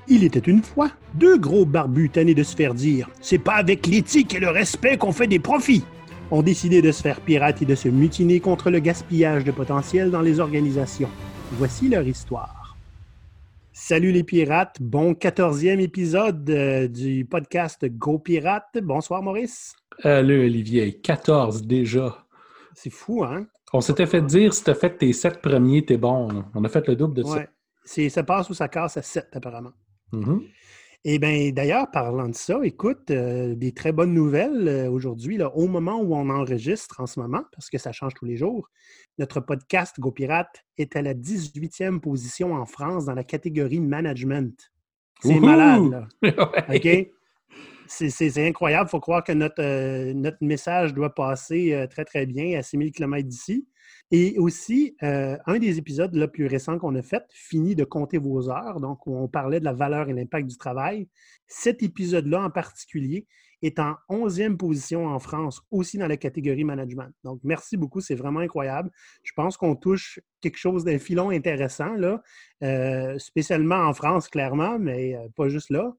Il était une fois deux gros barbus tannés de se faire dire « C'est pas avec l'éthique et le respect qu'on fait des profits !» ont décidé de se faire pirates et de se mutiner contre le gaspillage de potentiel dans les organisations. Voici leur histoire. Salut les pirates, bon 14e épisode du podcast Go Pirates. Bonsoir Maurice. Allô Olivier, 14 déjà. C'est fou, hein? On s'était fait dire, si t'as fait tes 7 premiers, t'es bon. On a fait le double de ça. Ouais, ça passe ou ça casse à 7 apparemment. Mm-hmm. Et bien, d'ailleurs, parlant de ça, écoute, des très bonnes nouvelles aujourd'hui, là, au moment où on enregistre en ce moment, parce que ça change tous les jours, notre podcast Go Pirate est à la 18e position en France dans la catégorie management. C'est malade, là. Ouais. OK? C'est incroyable. Il faut croire que notre message doit passer très, très bien à 6000 km d'ici. Et aussi, un des épisodes le plus récents qu'on a fait, Fini de compter vos heures, donc où on parlait de la valeur et l'impact du travail. Cet épisode-là en particulier est en 11e position en France, aussi dans la catégorie management. Donc, merci beaucoup, c'est vraiment incroyable. Je pense qu'on touche quelque chose d'un filon intéressant, là, spécialement en France, clairement, mais pas juste là.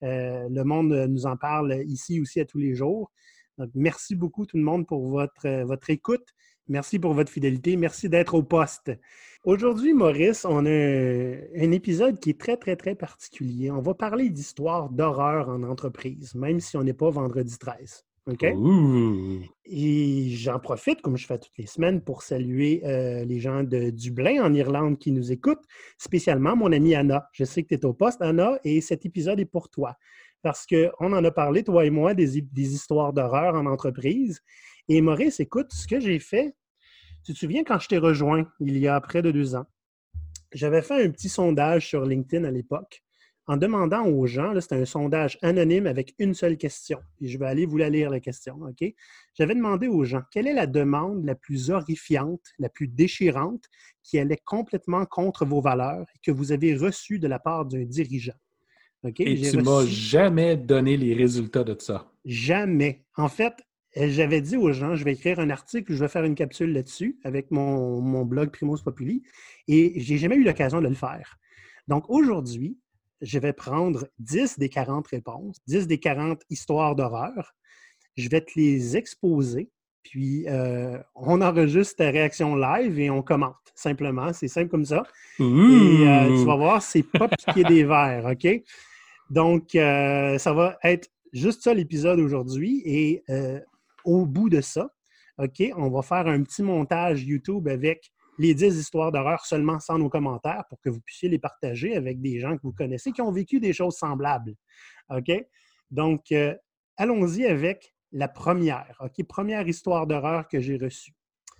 Le monde nous en parle ici aussi à tous les jours. Donc, merci beaucoup tout le monde pour votre écoute. Merci pour votre fidélité. Merci d'être au poste. Aujourd'hui, Maurice, on a un épisode qui est très, très, très particulier. On va parler d'histoires d'horreur en entreprise, même si on n'est pas vendredi 13. OK? Ouh. Et j'en profite, comme je fais toutes les semaines, pour saluer les gens de Dublin, en Irlande, qui nous écoutent, spécialement mon amie Anna. Je sais que tu es au poste, Anna, et cet épisode est pour toi. Parce qu'on en a parlé, toi et moi, des histoires d'horreur en entreprise. Et Maurice, écoute, ce que j'ai fait, tu te souviens quand je t'ai rejoint, il y a près de 2 ans, j'avais fait un petit sondage sur LinkedIn à l'époque, en demandant aux gens, là, c'était un sondage anonyme avec une seule question. Et je vais aller vous la lire, la question, OK? J'avais demandé aux gens, quelle est la demande la plus horrifiante, la plus déchirante, qui allait complètement contre vos valeurs et que vous avez reçue de la part d'un dirigeant? OK? Et J'ai tu m'as reçu jamais donné les résultats de ça. jamais. En fait, j'avais dit aux gens, je vais écrire un article, je vais faire une capsule là-dessus avec mon blog Primus Populi et je n'ai jamais eu l'occasion de le faire. Donc aujourd'hui, je vais prendre 10 des 40 réponses, 10 des 40 histoires d'horreur. Je vais te les exposer, puis on enregistre ta réaction live et on commente. Simplement, c'est simple comme ça. Ouh. Et tu vas voir, c'est pas piquer des verres, OK? Donc, ça va être juste ça l'épisode aujourd'hui. Et au bout de ça, OK, on va faire un petit montage YouTube avec les 10 histoires d'horreur seulement sans nos commentaires pour que vous puissiez les partager avec des gens que vous connaissez qui ont vécu des choses semblables. OK? Donc, allons-y avec la première. OK? Première histoire d'horreur que j'ai reçue.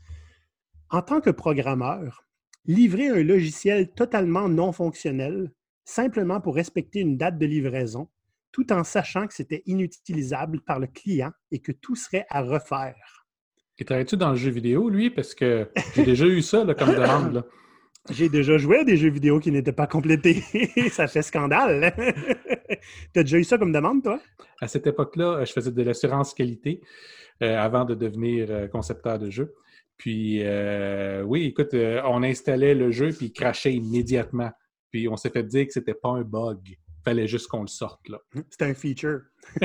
En tant que programmeur, livrer un logiciel totalement non fonctionnel simplement pour respecter une date de livraison, tout en sachant que c'était inutilisable par le client et que tout serait à refaire. Et travailles-tu dans le jeu vidéo, lui? Parce que j'ai déjà eu ça là, comme demande. Là. J'ai déjà joué à des jeux vidéo qui n'étaient pas complétés. Ça fait scandale. T'as déjà eu ça comme demande, toi? À cette époque-là, je faisais de l'assurance qualité avant de devenir concepteur de jeu. Puis, oui, écoute, on installait le jeu puis il crachait immédiatement. Puis, on s'est fait dire que c'était pas un bug. Il fallait juste qu'on le sorte, là. C'est un feature.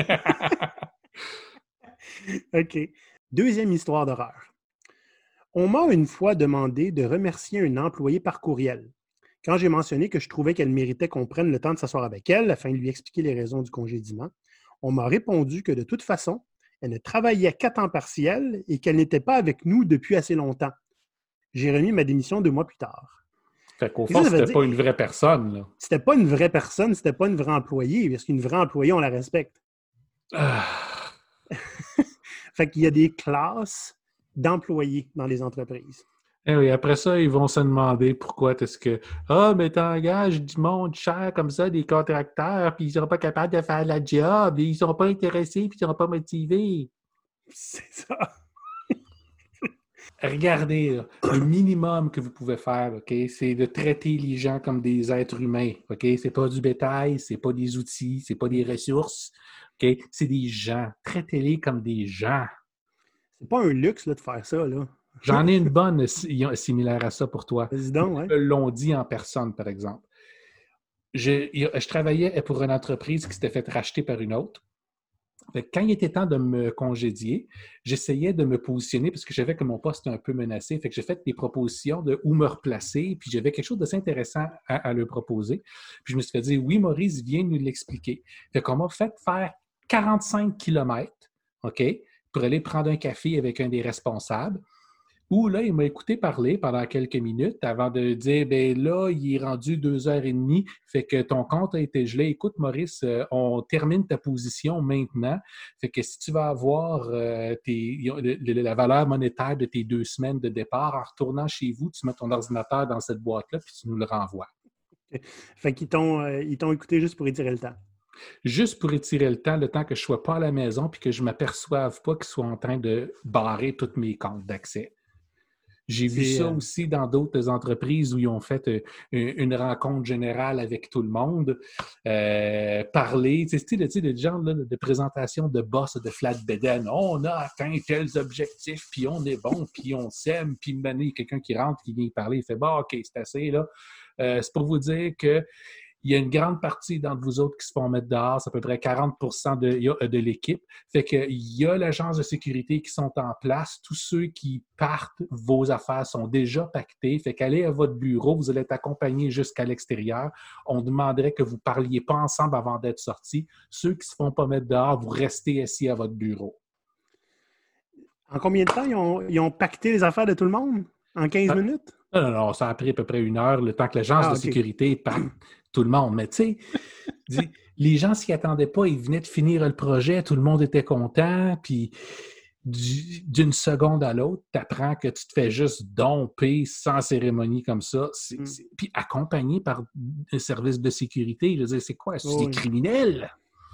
OK. Deuxième histoire d'horreur. On m'a une fois demandé de remercier un employé par courriel. Quand j'ai mentionné que je trouvais qu'elle méritait qu'on prenne le temps de s'asseoir avec elle afin de lui expliquer les raisons du congédiement, on m'a répondu que de toute façon, elle ne travaillait qu'à temps partiel et qu'elle n'était pas avec nous depuis assez longtemps. J'ai remis ma démission 2 mois plus tard. Fait qu'au fond, c'était pas une vraie personne, là. C'était pas une vraie personne, c'était pas une vraie employée, parce qu'une vraie employée, on la respecte. Fait qu'il y a des classes d'employés dans les entreprises. Eh oui, après ça, ils vont se demander pourquoi est-ce que mais t'engages du monde cher comme ça, des contracteurs, puis ils seront pas capables de faire la job, ils sont pas intéressés, puis ils seront pas motivés. C'est ça. Regardez, là, le minimum que vous pouvez faire, OK, c'est de traiter les gens comme des êtres humains, OK? C'est pas du bétail, c'est pas des outils, c'est pas des ressources, OK? C'est des gens. Traitez-les comme des gens. C'est pas un luxe là, de faire ça, là. J'en ai une bonne similaire à ça pour toi. Vas-y donc, ouais. Ils me l'ont dit en personne, par exemple. je travaillais pour une entreprise qui s'était fait racheter par une autre. Fait que quand il était temps de me congédier, j'essayais de me positionner parce que je savais que mon poste était un peu menacé. Fait que j'ai fait des propositions de où me replacer, puis j'avais quelque chose d'assez intéressant à leur proposer. Puis je me suis fait dire, oui, Maurice, viens nous l'expliquer. Fait qu'on m'a fait faire 45 kilomètres, OK, pour aller prendre un café avec un des responsables. Où là, il m'a écouté parler pendant quelques minutes avant de dire, ben là, il est rendu 2h30, fait que ton compte a été gelé. Écoute, Maurice, on termine ta position maintenant. Fait que si tu vas avoir la valeur monétaire de tes 2 semaines de départ, en retournant chez vous, tu mets ton ordinateur dans cette boîte-là, puis tu nous le renvoies. Fait qu'ils t'ont écouté juste pour étirer le temps. Juste pour étirer le temps que je ne sois pas à la maison puis que je ne m'aperçoive pas qu'ils soient en train de barrer tous mes comptes d'accès. J'ai vu ça aussi dans d'autres entreprises où ils ont fait une rencontre générale avec tout le monde, parler, tu sais, le genre là, de présentation de boss, de flatbed. On a atteint tels objectifs, puis on est bon, puis on s'aime, puis il y a quelqu'un qui rentre, qui vient parler, il fait « Bon, OK, c'est assez, là. C'est pour vous dire que il y a une grande partie d'entre vous autres qui se font mettre dehors, c'est à peu près 40% de l'équipe. Fait qu'il y a l'agence de sécurité qui sont en place. Tous ceux qui partent, vos affaires sont déjà pactées. Fait qu'allez à votre bureau, vous allez être accompagnés jusqu'à l'extérieur. On demanderait que vous ne parliez pas ensemble avant d'être sortis. Ceux qui ne se font pas mettre dehors, vous restez assis à votre bureau. » En combien de temps ils ont pacté les affaires de tout le monde? En 15 minutes? Non, ça a pris à peu près 1 heure, le temps que l'agence de sécurité pacte tout le monde. Mais tu sais, les gens s'y attendaient pas, ils venaient de finir le projet, tout le monde était content, puis d'une seconde à l'autre, tu apprends que tu te fais juste domper sans cérémonie comme ça. Puis accompagné par un service de sécurité, je veux dire, c'est quoi? C'est des criminels?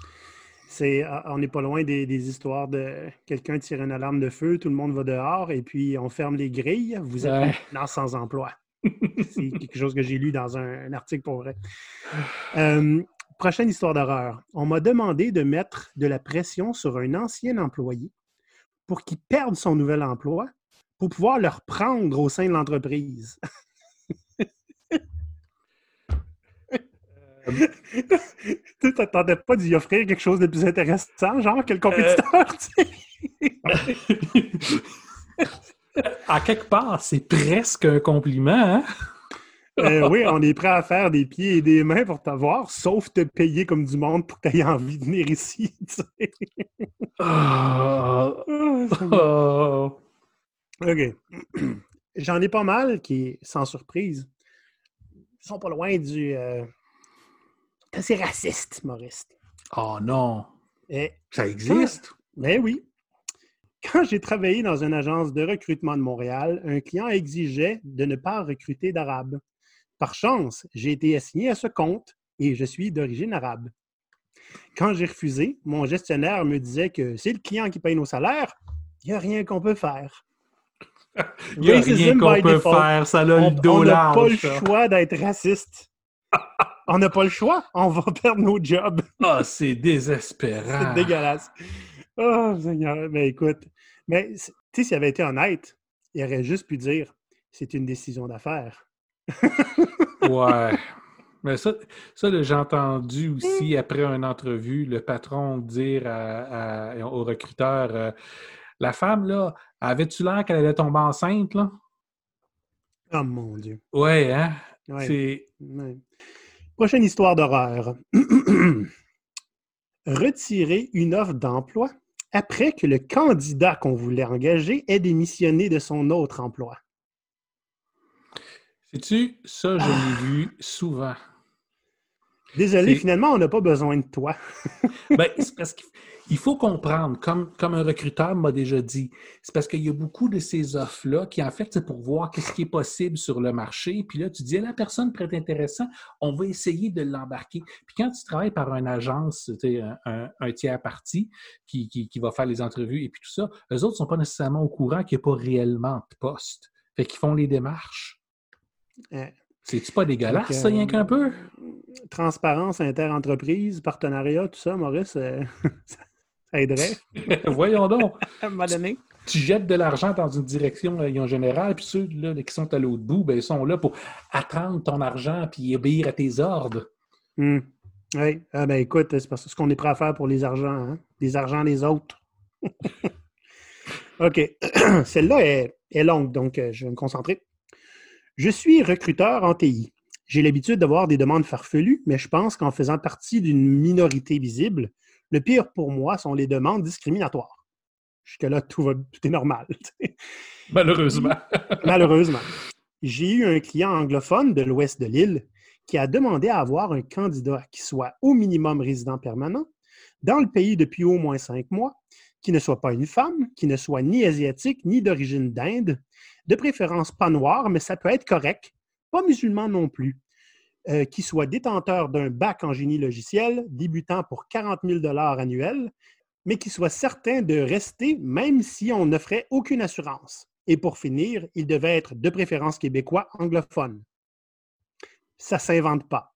On n'est pas loin des histoires de quelqu'un tire une alarme de feu, tout le monde va dehors et puis on ferme les grilles, vous êtes maintenant sans emploi. C'est quelque chose que j'ai lu dans un article pour vrai. Prochaine histoire d'horreur. On m'a demandé de mettre de la pression sur un ancien employé pour qu'il perde son nouvel emploi pour pouvoir le reprendre au sein de l'entreprise. Tu t'attendais pas d'y offrir quelque chose de plus intéressant, genre que le compétiteur, tu sais? À quelque part, c'est presque un compliment, hein? Oui, on est prêt à faire des pieds et des mains pour t'avoir, sauf te payer comme du monde pour que tu aies envie de venir ici, tu sais. OK. J'en ai pas mal qui, sans surprise, sont pas loin du... C'est raciste, Maurice. Oh non! Ça existe? Mais oui. Quand j'ai travaillé dans une agence de recrutement de Montréal, un client exigeait de ne pas recruter d'Arabes. Par chance, j'ai été assigné à ce compte et je suis d'origine arabe. Quand j'ai refusé, mon gestionnaire me disait que c'est le client qui paye nos salaires, il n'y a rien qu'on peut faire. Il n'y a rien qu'on peut faire, ça a le dos large. On n'a pas le choix d'être raciste. On n'a pas le choix, on va perdre nos jobs. Ah, c'est désespérant. C'est dégueulasse. Oh, Seigneur, mais écoute, tu sais, s'il avait été honnête, il aurait juste pu dire c'est une décision d'affaires. Ouais. Mais ça j'ai entendu aussi après une entrevue, le patron dire au recruteur la femme, là, avais-tu l'air qu'elle allait tomber enceinte, là? Oh mon Dieu. Ouais, hein? Ouais. Ouais. Prochaine histoire d'horreur. Retirer une offre d'emploi après que le candidat qu'on voulait engager ait démissionné de son autre emploi. Sais-tu, ça, je l'ai vu souvent. Désolé, finalement, on n'a pas besoin de toi. Ben, c'est parce qu'il faut comprendre, comme un recruteur m'a déjà dit, c'est parce qu'il y a beaucoup de ces offres-là qui, en fait, c'est pour voir qu'est-ce qui est possible sur le marché. Puis là, tu dis, la personne pourrait être intéressante, on va essayer de l'embarquer. Puis quand tu travailles par une agence, un tiers parti qui va faire les entrevues et puis tout ça, eux autres ne sont pas nécessairement au courant qu'il n'y a pas réellement de poste. Fait qu'ils font les démarches. C'est-tu pas dégueulasse, ça, rien qu'un peu? Transparence inter-entreprise, partenariat, tout ça, Maurice, ça aiderait. Voyons donc. À un moment donné. Tu jettes de l'argent dans une direction en général, puis ceux-là qui sont à l'autre bout, ben, ils sont là pour attendre ton argent puis obéir à tes ordres. Hmm. Oui. Ah ben écoute, c'est parce que ce qu'on est prêt à faire pour les argents, hein? Les argents des autres. OK. Celle-là est longue, donc je vais me concentrer. Je suis recruteur en TI. J'ai l'habitude d'avoir des demandes farfelues, mais je pense qu'en faisant partie d'une minorité visible, le pire pour moi sont les demandes discriminatoires. Jusque-là, tout est normal. Malheureusement. Malheureusement, j'ai eu un client anglophone de l'ouest de l'île qui a demandé à avoir un candidat qui soit au minimum résident permanent, dans le pays depuis au moins 5 mois, qui ne soit pas une femme, qui ne soit ni asiatique ni d'origine d'Inde, de préférence pas noir, mais ça peut être correct, pas musulman non plus, qui soit détenteur d'un bac en génie logiciel, débutant pour 40 000 annuels, mais qui soit certain de rester même si on n'offrait aucune assurance. Et pour finir, il devait être de préférence québécois anglophone. Ça ne s'invente pas.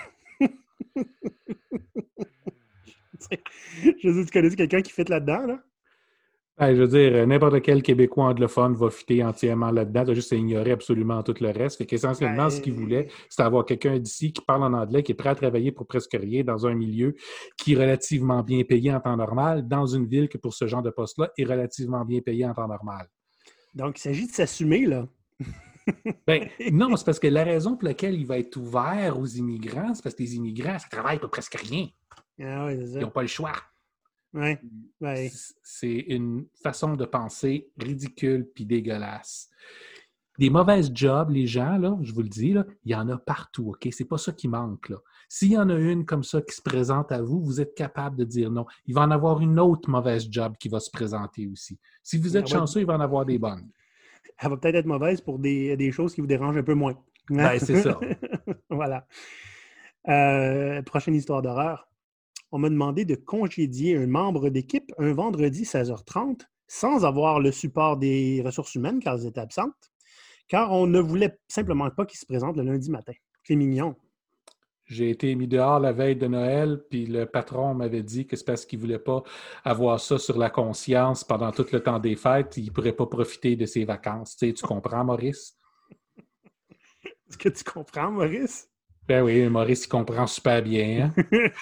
Je sais, tu connais quelqu'un qui fit là-dedans, là? Ben, je veux dire, n'importe quel Québécois anglophone va fitter entièrement là-dedans. Tu as juste à ignorer absolument tout le reste. Fait qu'essentiellement, ce qu'il voulait, c'est avoir quelqu'un d'ici qui parle en anglais, qui est prêt à travailler pour presque rien dans un milieu qui est relativement bien payé en temps normal, dans une ville que pour ce genre de poste-là est relativement bien payé en temps normal. Donc, il s'agit de s'assumer, là. Ben, non, c'est parce que la raison pour laquelle il va être ouvert aux immigrants, c'est parce que les immigrants, ça travaille pour presque rien. Ah oui, c'est ça. Ils n'ont pas le choix. Ouais. Ouais. C'est une façon de penser ridicule puis dégueulasse. Des mauvaises jobs, les gens, là, je vous le dis, là, il y en a partout, OK? C'est pas ça qui manque, là. S'il y en a une comme ça qui se présente à vous, vous êtes capable de dire non. Il va en avoir une autre mauvaise job qui va se présenter aussi. Si vous êtes chanceux, il va en avoir des bonnes. Elle va peut-être être mauvaise pour des choses qui vous dérangent un peu moins. Ben, c'est ça. Voilà. Prochaine histoire d'horreur. On m'a demandé de congédier un membre d'équipe un vendredi 16h30 sans avoir le support des ressources humaines car elles étaient absentes, car on ne voulait simplement pas qu'il se présente le lundi matin. C'est mignon. J'ai été mis dehors la veille de Noël, puis le patron m'avait dit que c'est parce qu'il ne voulait pas avoir ça sur la conscience pendant tout le temps des fêtes. Il ne pourrait pas profiter de ses vacances. Tu comprends, Maurice? Est-ce que tu comprends, Maurice? Ben oui, Maurice, il comprend super bien. Hein?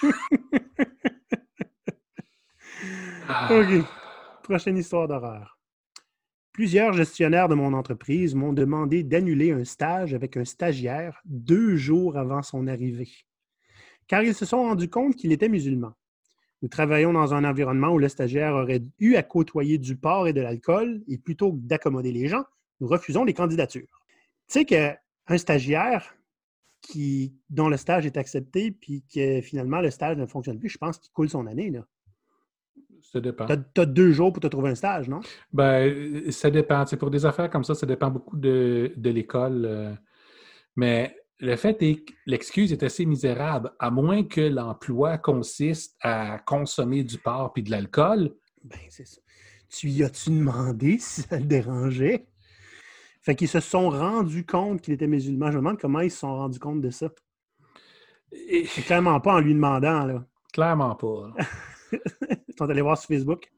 OK. Prochaine histoire d'horreur. Plusieurs gestionnaires de mon entreprise m'ont demandé d'annuler un stage avec un stagiaire 2 jours avant son arrivée, car ils se sont rendus compte qu'il était musulman. Nous travaillons dans un environnement où le stagiaire aurait eu à côtoyer du porc et de l'alcool, et plutôt que d'accommoder les gens, nous refusons les candidatures. Tu sais qu'un stagiaire dont le stage est accepté, puis que finalement le stage ne fonctionne plus, je pense qu'il coule son année, là. Ça dépend. Tu as 2 jours pour te trouver un stage, non? Ben, ça dépend. T'sais, pour des affaires comme ça dépend beaucoup de l'école. Mais le fait est que l'excuse est assez misérable, à moins que l'emploi consiste à consommer du porc et de l'alcool. Ben, c'est ça. Tu y as-tu demandé si ça le dérangeait? Fait qu'ils se sont rendus compte qu'il était musulman. Je me demande comment ils se sont rendus compte de ça. C'est clairement pas en lui demandant, là. Clairement pas. Ils sont allés voir sur Facebook.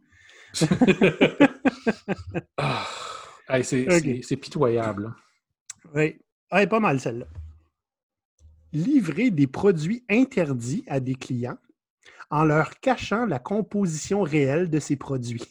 Hey, c'est pitoyable. Hein. Oui. Ah, pas mal celle-là. Livrer des produits interdits à des clients en leur cachant la composition réelle de ces produits.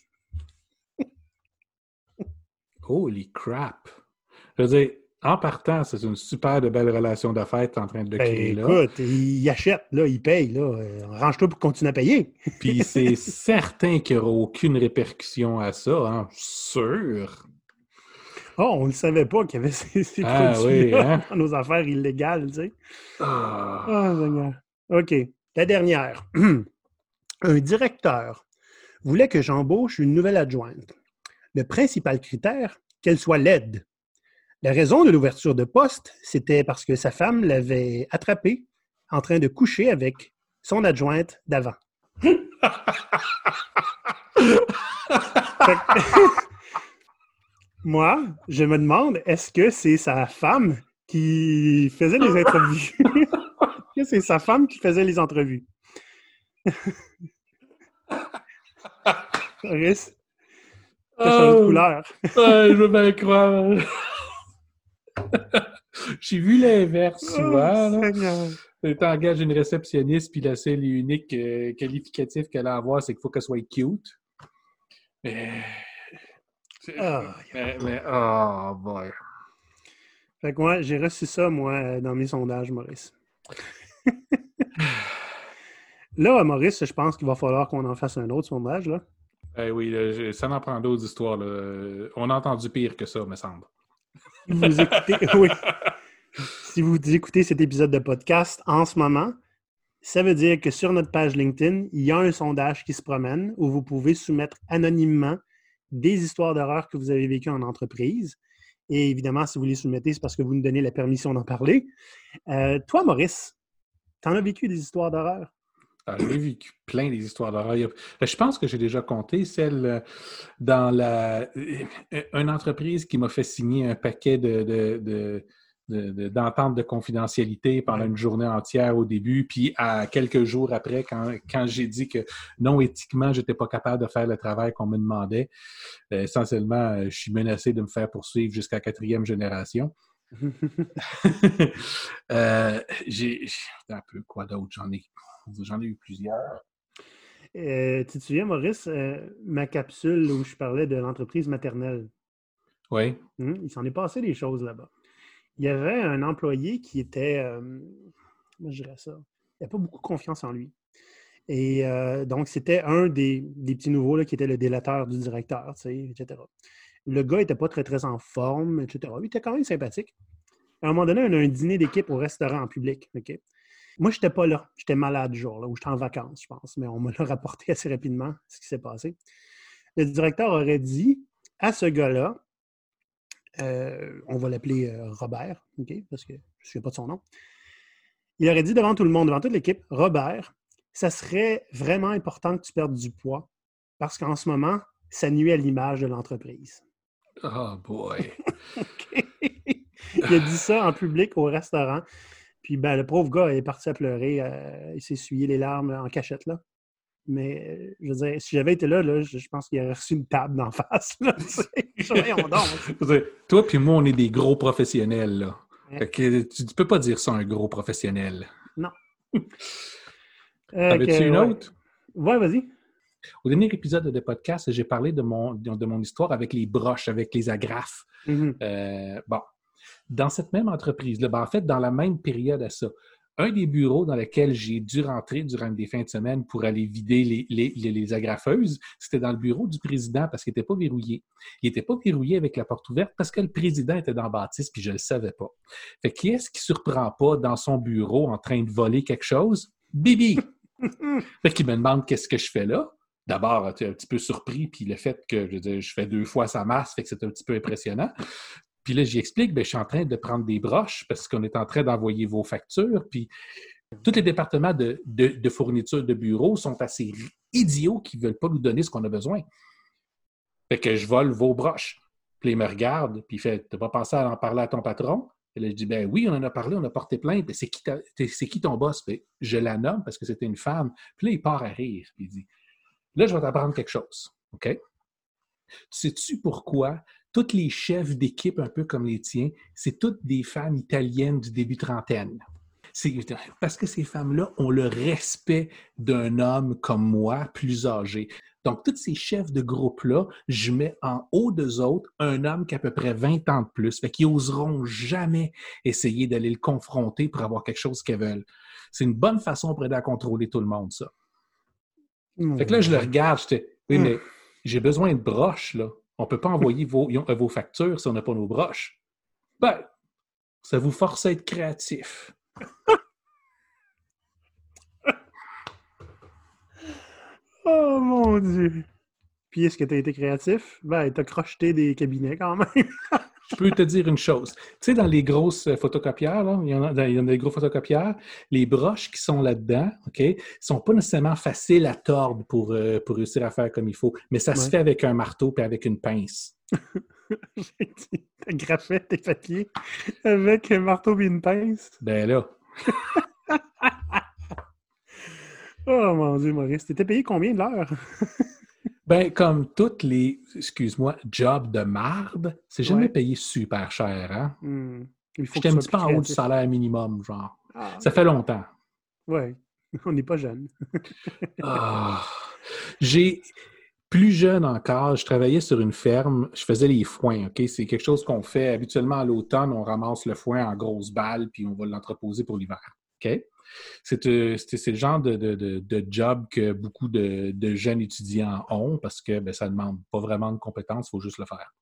Holy crap! Je veux dire, en partant, c'est une super de belle relation d'affaires en train de créer là. Écoute, il achète, là, il paye. Là. Range-toi pour continuer à payer. Puis c'est certain qu'il n'y aura aucune répercussion à ça, hein? Sûr! Oh, on ne savait pas qu'il y avait ces produits dans nos affaires illégales, tu sais. Seigneur. OK. La dernière. Un directeur voulait que j'embauche une nouvelle adjointe. Le principal critère, qu'elle soit laide. La raison de l'ouverture de poste, c'était parce que sa femme l'avait attrapé en train de coucher avec son adjointe d'avant. Moi, je me demande, est-ce que c'est sa femme qui faisait les entrevues? Est-ce que c'est sa femme qui faisait les entrevues? Maurice, t'as changé de couleur. Je veux bien croire. J'ai vu l'inverse souvent. T'engages une réceptionniste, puis le seul et unique qualificatif qu'elle a à avoir, c'est qu'il faut qu'elle soit cute. Mais... oh boy. Fait que moi, j'ai reçu ça, moi, dans mes sondages, Maurice. Là, Maurice, je pense qu'il va falloir qu'on en fasse un autre sondage, là. Oui, ça en prend d'autres histoires. Là. On a entendu pire que ça, me semble. Si vous écoutez, oui. Si vous écoutez cet épisode de podcast en ce moment, ça veut dire que sur notre page LinkedIn, il y a un sondage qui se promène où vous pouvez soumettre anonymement des histoires d'horreur que vous avez vécues en entreprise. Et évidemment, si vous les soumettez, c'est parce que vous nous donnez la permission d'en parler. Toi, Maurice, t'en as vécu des histoires d'horreur? J'ai vécu plein des histoires d'horreur. Je pense que j'ai déjà compté celle dans une entreprise qui m'a fait signer un paquet d'ententes de confidentialité pendant une journée entière au début, puis à quelques jours après, quand j'ai dit que non, éthiquement, je n'étais pas capable de faire le travail qu'on me demandait, essentiellement, je suis menacé de me faire poursuivre jusqu'à la 4e génération. J'ai un peu quoi d'autre? J'en ai eu plusieurs. Tu te souviens, Maurice, ma capsule où je parlais de l'entreprise maternelle? Oui. Il s'en est passé des choses là-bas. Il y avait un employé qui était, comment je dirais ça, il n'avait pas beaucoup confiance en lui. Et donc, c'était un des petits nouveaux là, qui était le délateur du directeur, tu sais, etc. Le gars n'était pas très, très en forme, etc. Il était quand même sympathique. À un moment donné, on a un dîner d'équipe au restaurant en public. OK? Moi, je n'étais pas là. J'étais malade ce jour-là, ou j'étais en vacances, je pense. Mais on me l'a rapporté assez rapidement, ce qui s'est passé. Le directeur aurait dit à ce gars-là, on va l'appeler Robert, okay, parce que je ne me souviens pas de son nom. Il aurait dit devant tout le monde, devant toute l'équipe, Robert, ça serait vraiment important que tu perdes du poids parce qu'en ce moment, ça nuit à l'image de l'entreprise. Oh boy! Okay. Il a dit ça en public au restaurant. Puis ben, le pauvre gars est parti à pleurer. Il s'est essuyé les larmes en cachette, là. Mais, je veux dire, si j'avais été là, je pense qu'il aurait reçu une table d'en face. Voyons donc. Toi puis moi, on est des gros professionnels, là. Fait que tu ne peux pas dire ça, un gros professionnel. Non. T'avais-tu une autre? Ouais, vas-y. Au dernier épisode de podcast, j'ai parlé de mon histoire avec les broches, avec les agrafes. Mm-hmm. Bon. Dans cette même entreprise-là, en fait, dans la même période à ça, un des bureaux dans lequel j'ai dû rentrer durant des fins de semaine pour aller vider les agrafeuses, c'était dans le bureau du président parce qu'il n'était pas verrouillé. Il n'était pas verrouillé avec la porte ouverte parce que le président était dans la bâtisse puis je ne le savais pas. Fait qui est-ce qui ne surprend pas dans son bureau en train de voler quelque chose? Bibi! Fait qu'il me demande qu'est-ce que je fais là. D'abord, tu es un petit peu surpris, puis le fait que je fais 2 fois sa masse, fait que c'est un petit peu impressionnant. Puis là, j'y explique, je suis en train de prendre des broches parce qu'on est en train d'envoyer vos factures. Puis tous les départements de fourniture de bureau sont assez idiots qu'ils ne veulent pas nous donner ce qu'on a besoin. Fait que je vole vos broches. Puis il me regarde, puis il fait « T'as pas pensé à en parler à ton patron? » Et là, je dis « Ben oui, on en a parlé, on a porté plainte. C'est qui ton boss? » Puis je la nomme parce que c'était une femme. Puis là, il part à rire. Puis il dit « Là, je vais t'apprendre quelque chose. OK? Sais-tu pourquoi toutes les chefs d'équipe, un peu comme les tiens, c'est toutes des femmes italiennes du début trentaine? C'est parce que ces femmes-là ont le respect d'un homme comme moi, plus âgé. Donc, tous ces chefs de groupe-là, je mets en haut d'eux autres un homme qui a à peu près 20 ans de plus. Fait qu'ils n'oseront jamais essayer d'aller le confronter pour avoir quelque chose qu'ils veulent. C'est une bonne façon pour aider à contrôler tout le monde, ça. Fait que là, je le regarde, oui, mais j'ai besoin de broches, là. On ne peut pas envoyer vos factures si on n'a pas nos broches. Ben, ça vous force à être créatif. Oh mon Dieu! Puis est-ce que tu as été créatif? Ben, tu as crocheté des cabinets quand même. Je peux te dire une chose. Tu sais, dans les grosses photocopieurs, là, il y en a des gros photocopieurs, les broches qui sont là-dedans, OK, sont pas nécessairement faciles à tordre pour réussir à faire comme il faut, mais ça se fait avec un marteau et avec une pince. T'as graffé tes papiers avec un marteau et une pince? Ben là. Oh mon Dieu, Maurice, t'étais payé combien de l'heure? Ben, comme toutes les, excuse-moi, jobs de marde, c'est jamais payé super cher, hein? Il faut j'étais un petit peu en haut du salaire minimum, genre. Ça fait longtemps. Oui, on n'est pas jeune. Ah. Plus jeune encore, je travaillais sur une ferme, je faisais les foins, OK? C'est quelque chose qu'on fait habituellement à l'automne, on ramasse le foin en grosses balles, puis on va l'entreposer pour l'hiver, OK? C'est le genre de job que beaucoup de jeunes étudiants ont parce que ça ne demande pas vraiment de compétences, il faut juste le faire.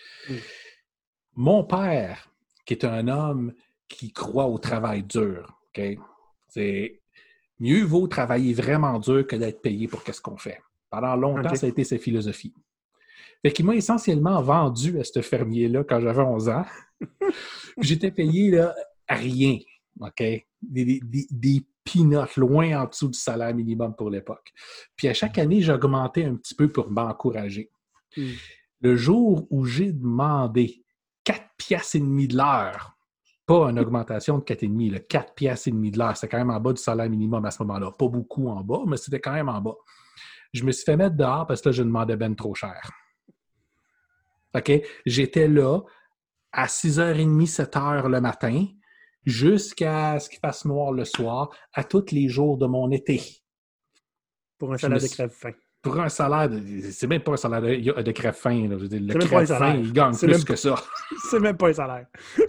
Mon père, qui est un homme qui croit au travail dur, OK? C'est mieux vaut travailler vraiment dur que d'être payé pour ce qu'on fait. Pendant longtemps, ça a été sa philosophie. Fait qu'il m'a essentiellement vendu à ce fermier-là quand j'avais 11 ans. J'étais payé là, à rien, OK? Des peanuts loin en dessous du salaire minimum pour l'époque. Puis à chaque année, j'augmentais un petit peu pour m'encourager. Le jour où j'ai demandé 4,5 piastres de l'heure, pas une augmentation de 4,5, 4,5 piastres de l'heure, c'était quand même en bas du salaire minimum à ce moment-là. Pas beaucoup en bas, mais c'était quand même en bas. Je me suis fait mettre dehors parce que là, je demandais ben trop cher. OK? J'étais là à 6h30, 7h le matin, jusqu'à ce qu'il fasse noir le soir, à tous les jours de mon été. Pour un salaire de crève-faim. Pour un salaire c'est même pas un salaire de crève-faim. Là. Je veux dire, le crève-faim, il gagne plus que ça. C'est même pas un salaire.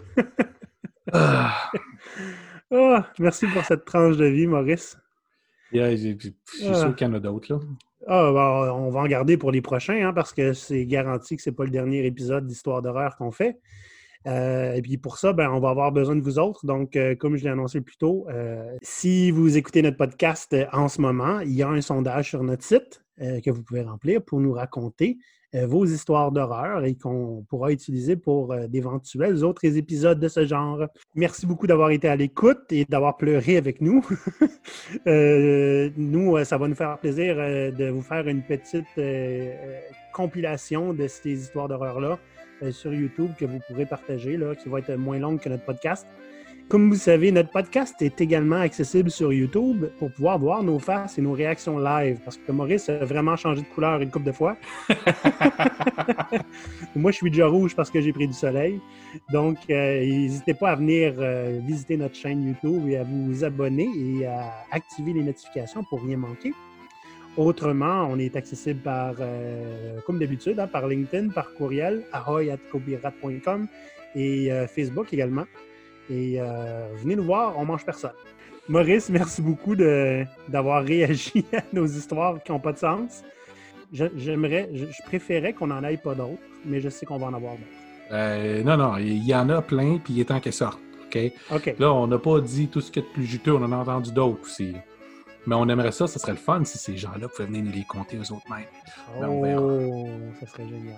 Merci pour cette tranche de vie, Maurice. Yeah, je suis sûr qu'il y en a d'autres, là. On va en garder pour les prochains, parce que c'est garanti que ce n'est pas le dernier épisode d'Histoire d'horreur qu'on fait. Et puis pour ça, on va avoir besoin de vous autres. Donc, comme je l'ai annoncé plus tôt, si vous écoutez notre podcast en ce moment, il y a un sondage sur notre site que vous pouvez remplir pour nous raconter vos histoires d'horreur et qu'on pourra utiliser pour d'éventuels autres épisodes de ce genre. Merci beaucoup d'avoir été à l'écoute et d'avoir pleuré avec nous. Nous, ça va nous faire plaisir de vous faire une petite compilation de ces histoires d'horreur-là sur YouTube que vous pourrez partager, là, qui va être moins longue que notre podcast. Comme vous savez, notre podcast est également accessible sur YouTube pour pouvoir voir nos faces et nos réactions live, parce que Maurice a vraiment changé de couleur une couple de fois. Moi, je suis déjà rouge parce que j'ai pris du soleil. Donc, n'hésitez pas à venir visiter notre chaîne YouTube et à vous abonner et à activer les notifications pour rien manquer. Autrement, on est accessible par, comme d'habitude, par LinkedIn, par courriel, ahoy@copyrat.com et Facebook également. Et venez nous voir, on mange personne. Maurice, merci beaucoup d'avoir réagi à nos histoires qui n'ont pas de sens. Je préférais qu'on n'en aille pas d'autres, mais je sais qu'on va en avoir d'autres. Non, il y en a plein, puis il est temps qu'elles sortent. OK? Là, on n'a pas dit tout ce qui est de plus juteux, on en a entendu d'autres aussi. Mais on aimerait ça serait le fun si ces gens-là pouvaient venir nous les compter eux autres mêmes. Ça serait génial.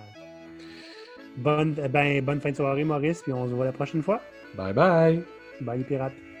Bonne fin de soirée, Maurice, puis on se voit la prochaine fois. Bye bye! Bye les pirates!